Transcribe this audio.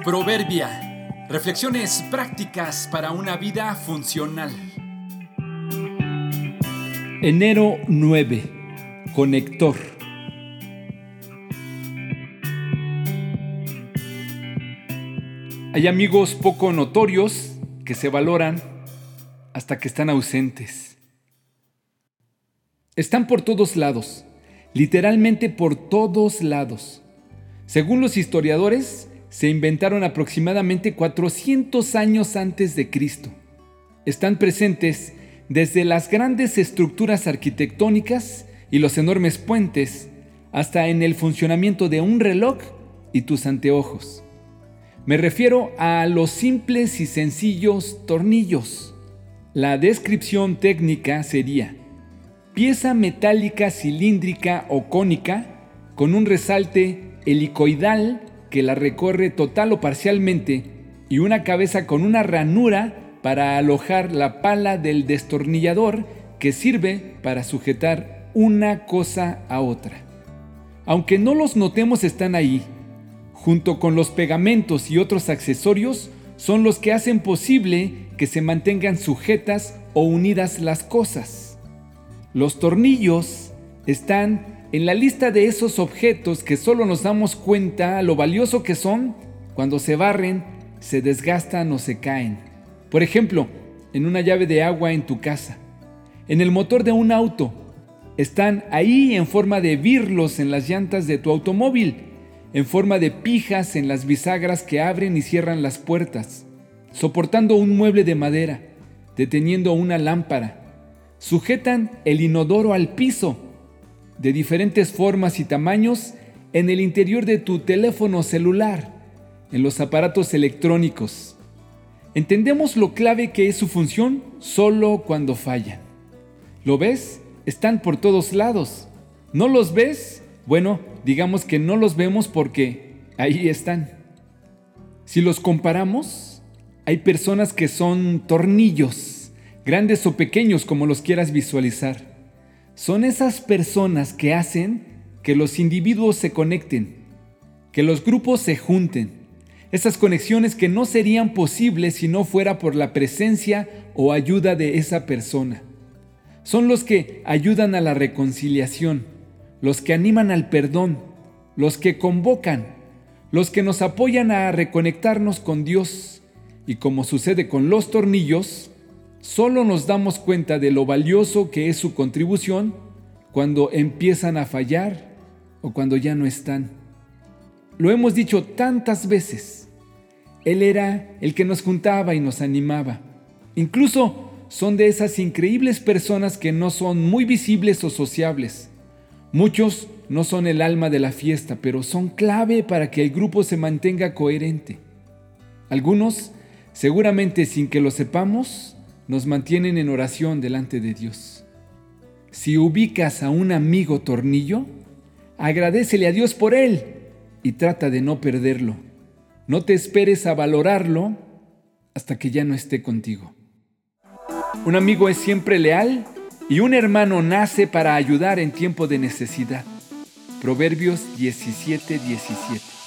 Proverbia. Reflexiones prácticas para una vida funcional. Enero 9. Conector. Hay amigos poco notorios que se valoran hasta que están ausentes. Están por todos lados, literalmente por todos lados. Según los historiadores, se inventaron aproximadamente 400 años antes de Cristo. Están presentes desde las grandes estructuras arquitectónicas y los enormes puentes, hasta en el funcionamiento de un reloj y tus anteojos. Me refiero a los simples y sencillos tornillos. La descripción técnica sería: pieza metálica cilíndrica o cónica con un resalte helicoidal que la recorre total o parcialmente y una cabeza con una ranura para alojar la pala del destornillador que sirve para sujetar una cosa a otra. Aunque no los notemos, están ahí. Junto con los pegamentos y otros accesorios, son los que hacen posible que se mantengan sujetas o unidas las cosas. Los tornillos están en la lista de esos objetos que solo nos damos cuenta lo valioso que son cuando se barren, se desgastan o se caen. Por ejemplo, en una llave de agua en tu casa, en el motor de un auto. Están ahí en forma de birlos en las llantas de tu automóvil, en forma de pijas en las bisagras que abren y cierran las puertas, soportando un mueble de madera, deteniendo una lámpara. Sujetan el inodoro al piso, de diferentes formas y tamaños, en el interior de tu teléfono celular, en los aparatos electrónicos. Entendemos lo clave que es su función solo cuando fallan. ¿Lo ves? Están por todos lados. ¿No los ves? Bueno, digamos que no los vemos porque ahí están. Si los comparamos, hay personas que son tornillos, grandes o pequeños como los quieras visualizar. Son esas personas que hacen que los individuos se conecten, que los grupos se junten. Esas conexiones que no serían posibles si no fuera por la presencia o ayuda de esa persona. Son los que ayudan a la reconciliación, los que animan al perdón, los que convocan, los que nos apoyan a reconectarnos con Dios. Y como sucede con los tornillos, solo nos damos cuenta de lo valioso que es su contribución cuando empiezan a fallar o cuando ya no están. Lo hemos dicho tantas veces. Él era el que nos juntaba y nos animaba. Incluso son de esas increíbles personas que no son muy visibles o sociables. Muchos no son el alma de la fiesta, pero son clave para que el grupo se mantenga coherente. Algunos, seguramente sin que lo sepamos, nos mantienen en oración delante de Dios. Si ubicas a un amigo tornillo, agradécele a Dios por él y trata de no perderlo. No te esperes a valorarlo hasta que ya no esté contigo. Un amigo es siempre leal y un hermano nace para ayudar en tiempo de necesidad. Proverbios 17:17.